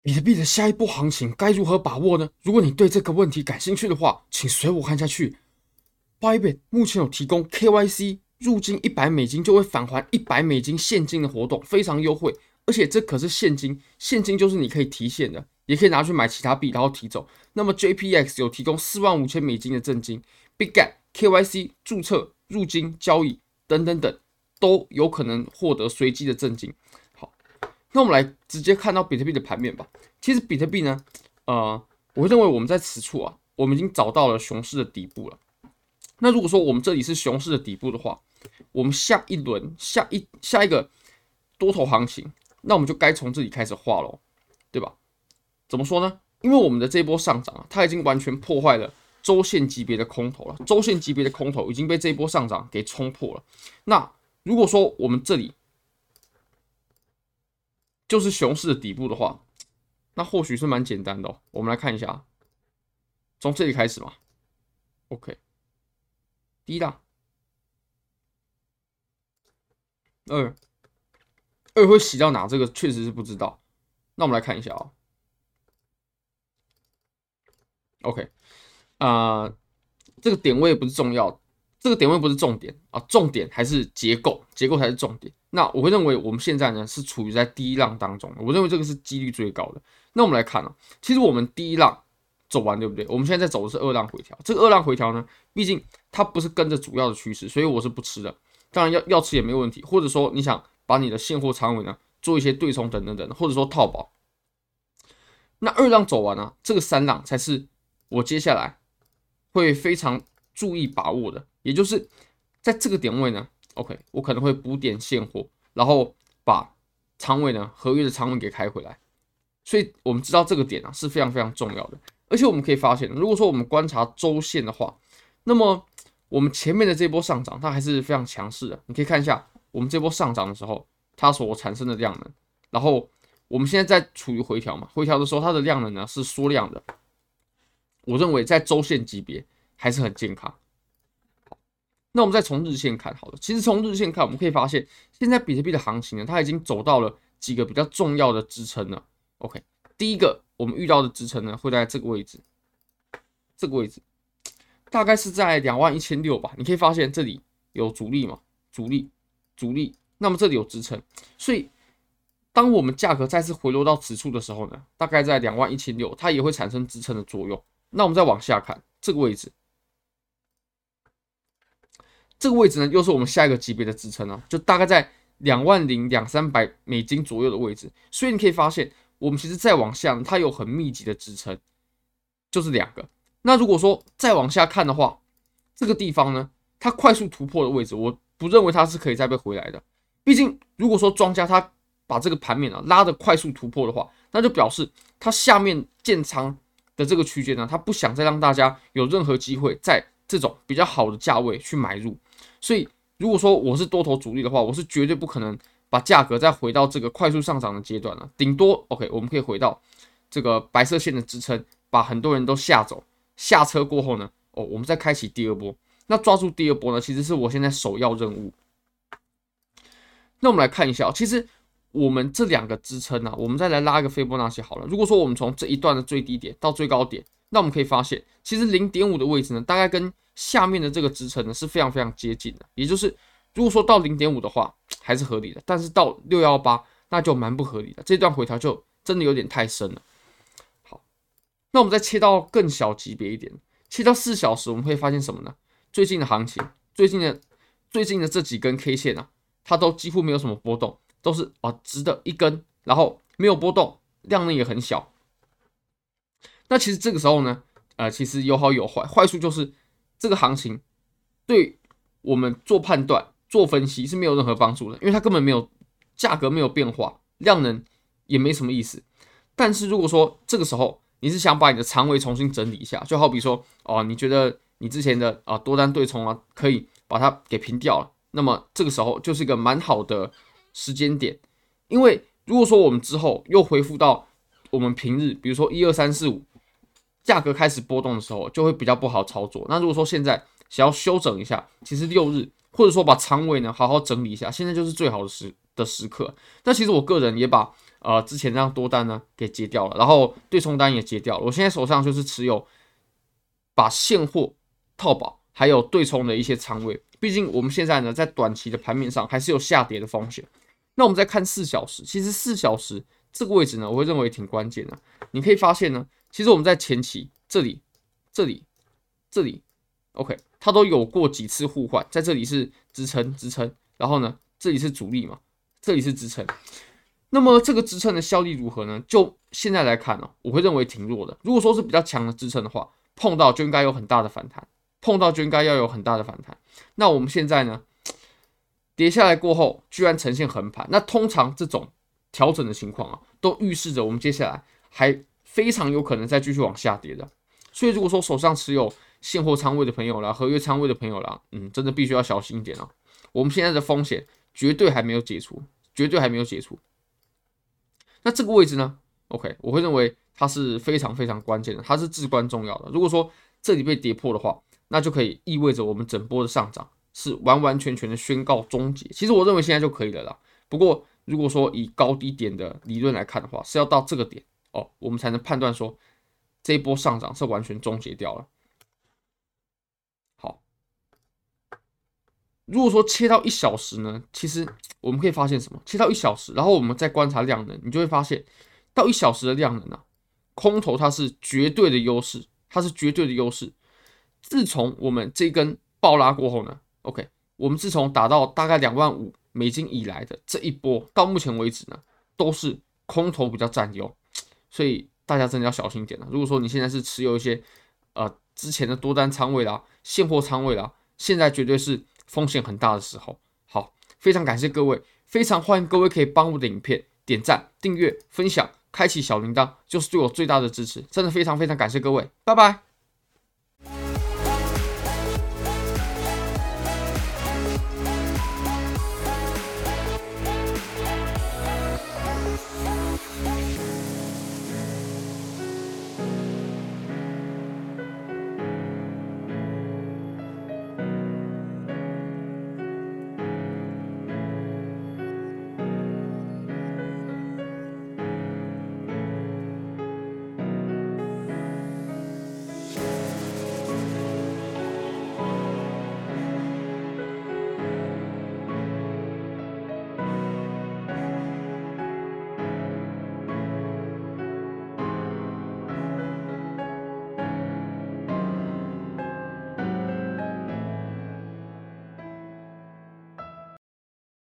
比特币的下一波行情该如何把握呢？如果你对这个问题感兴趣的话，请随我看下去。Bybit 目前有提供 KYC 入金$100就会返还$100现金的活动，非常优惠，而且这可是现金，现金就是你可以提现的，也可以拿去买其他币然后提走。那么 JPX 有提供$45,000的赠金 ，Bitget KYC 注册、入金、交易等等等都有可能获得随机的赠金。好，那我们来直接看到比特币的盘面吧。其实比特币呢，我认为我们在此处啊，我们已经找到了熊市的底部了。那如果说我们这里是熊市的底部的话，我们下一轮下一个多头行情，那我们就该从这里开始画喽，对吧？怎么说呢？因为我们的这波上涨啊，它已经完全破坏了周线级别的空头了，周线级别的空头已经被这一波上涨给冲破了。那如果说我们这里就是熊市的底部的话，那或许是蛮简单的哦。我们来看一下，从这里开始嘛。OK， 第一浪二会洗到哪？这个确实是不知道。那我们来看一下啊、OK， 这个点位不是重要，这个点位不是重点啊，重点还是结构，结构才是重点。那我会认为我们现在呢是处于在第一浪当中，我认为这个是几率最高的。那我们来看啊，其实我们第一浪走完，对不对？我们现在在走的是二浪回调，这个二浪回调呢，毕竟它不是跟着主要的趋势，所以我是不吃的。当然要吃也没问题，或者说你想把你的现货仓位呢做一些对冲等等等，或者说套保。那二浪走完啊，这个三浪才是我接下来会非常注意把握的，也就是在这个点位呢，OK， 我可能会补点现货，然后把仓位呢合约的仓位给开回来。所以我们知道这个点啊是非常非常重要的，而且我们可以发现，如果说我们观察周线的话，那么我们前面的这波上涨它还是非常强势的。你可以看一下我们这波上涨的时候，它所产生的量能，然后我们现在在处于回调嘛，回调的时候它的量能呢是缩量的。我认为在周线级别还是很健康。那我们再从日线看好了，其实从日线看，我们可以发现，现在比特币的行情呢，它已经走到了几个比较重要的支撑了。OK， 第一个我们遇到的支撑呢，会在这个位置，这个位置大概是在21,600吧。你可以发现这里有阻力嘛，阻力，阻力，那么这里有支撑，所以当我们价格再次回落到此处的时候呢，大概在21,600，它也会产生支撑的作用。那我们再往下看这个位置。这个位置呢，又是我们下一个级别的支撑啊，就大概在$20,200左右的位置。所以你可以发现，我们其实再往下呢，它有很密集的支撑，就是两个。那如果说再往下看的话，这个地方呢，它快速突破的位置，我不认为它是可以再被回来的。毕竟，如果说庄家他把这个盘面啊拉的快速突破的话，那就表示他下面建仓的这个区间呢，他不想再让大家有任何机会在这种比较好的价位去买入。所以，如果说我是多头主力的话，我是绝对不可能把价格再回到这个快速上涨的阶段了。顶多 OK， 我们可以回到这个白色线的支撑，把很多人都吓走，下车过后呢，我们再开启第二波。那抓住第二波呢，其实是我现在首要任务。那我们来看一下，其实我们这两个支撑啊，我们再来拉一个斐波那契好了。如果说我们从这一段的最低点到最高点，那我们可以发现，其实0.5的位置呢，大概跟下面的这个支撑呢是非常非常接近的。也就是如果说到0.5的话，还是合理的，但是到618那就蛮不合理的。这段回调就真的有点太深了。好，那我们再切到更小级别一点，切到4小时，我们会发现什么呢？最近的行情，最近的这几根 K 线啊，它都几乎没有什么波动，都是直的一根，然后没有波动，量能也很小。那其实这个时候呢，其实有好有坏，坏处就是这个行情对我们做判断、做分析是没有任何帮助的，因为它根本没有价格没有变化，量能也没什么意思。但是如果说这个时候你是想把你的仓位重新整理一下，就好比说你觉得你之前的多单对冲啊，可以把它给平掉了，那么这个时候就是一个蛮好的时间点，因为如果说我们之后又恢复到我们平日，比如说1、2、3、4、5。价格开始波动的时候，就会比较不好操作。那如果说现在想要休整一下，其实6日或者说把仓位呢好好整理一下，现在就是最好的时刻。那其实我个人也把之前让多单呢给结掉了，然后对冲单也结掉了。我现在手上就是持有把现货套保还有对冲的一些仓位，毕竟我们现在呢在短期的盘面上还是有下跌的风险。那我们再看4小时，其实4小时这个位置呢，我会认为挺关键的。你可以发现呢，其实我们在前期这里、OK， 它都有过几次互换，在这里是支撑，然后呢，这里是阻力嘛，这里是支撑。那么这个支撑的效力如何呢？就现在来看呢，我会认为挺弱的。如果说是比较强的支撑的话，碰到就应该有很大的反弹，那我们现在呢，跌下来过后，居然呈现横盘，那通常这种调整的情况啊，都预示着我们接下来还非常有可能再继续往下跌的。所以如果说手上持有现货仓位的朋友啦，合约仓位的朋友啦，真的必须要小心一点啊。我们现在的风险绝对还没有解除。那这个位置呢 ？OK， 我会认为它是非常非常关键的，它是至关重要的。如果说这里被跌破的话，那就可以意味着我们整波的上涨是完完全全的宣告终结。其实我认为现在就可以了啦。不过如果说以高低点的理论来看的话，是要到这个点哦，我们才能判断说这一波上涨是完全终结掉了。好，如果说切到1小时呢，其实我们可以发现什么？切到1小时，然后我们再观察量能，你就会发现到1小时的量能啊，空头它是绝对的优势，自从我们这根爆拉过后呢 ，OK， 我们自从打到大概$25,000以来的这一波，到目前为止呢，都是空头比较占优，所以大家真的要小心一点了。如果说你现在是持有一些之前的多单仓位啦、现货仓位啦，现在绝对是风险很大的时候。好，非常感谢各位，非常欢迎各位可以帮我的影片点赞、订阅、分享、开启小铃铛，就是对我最大的支持。真的非常非常感谢各位，拜拜。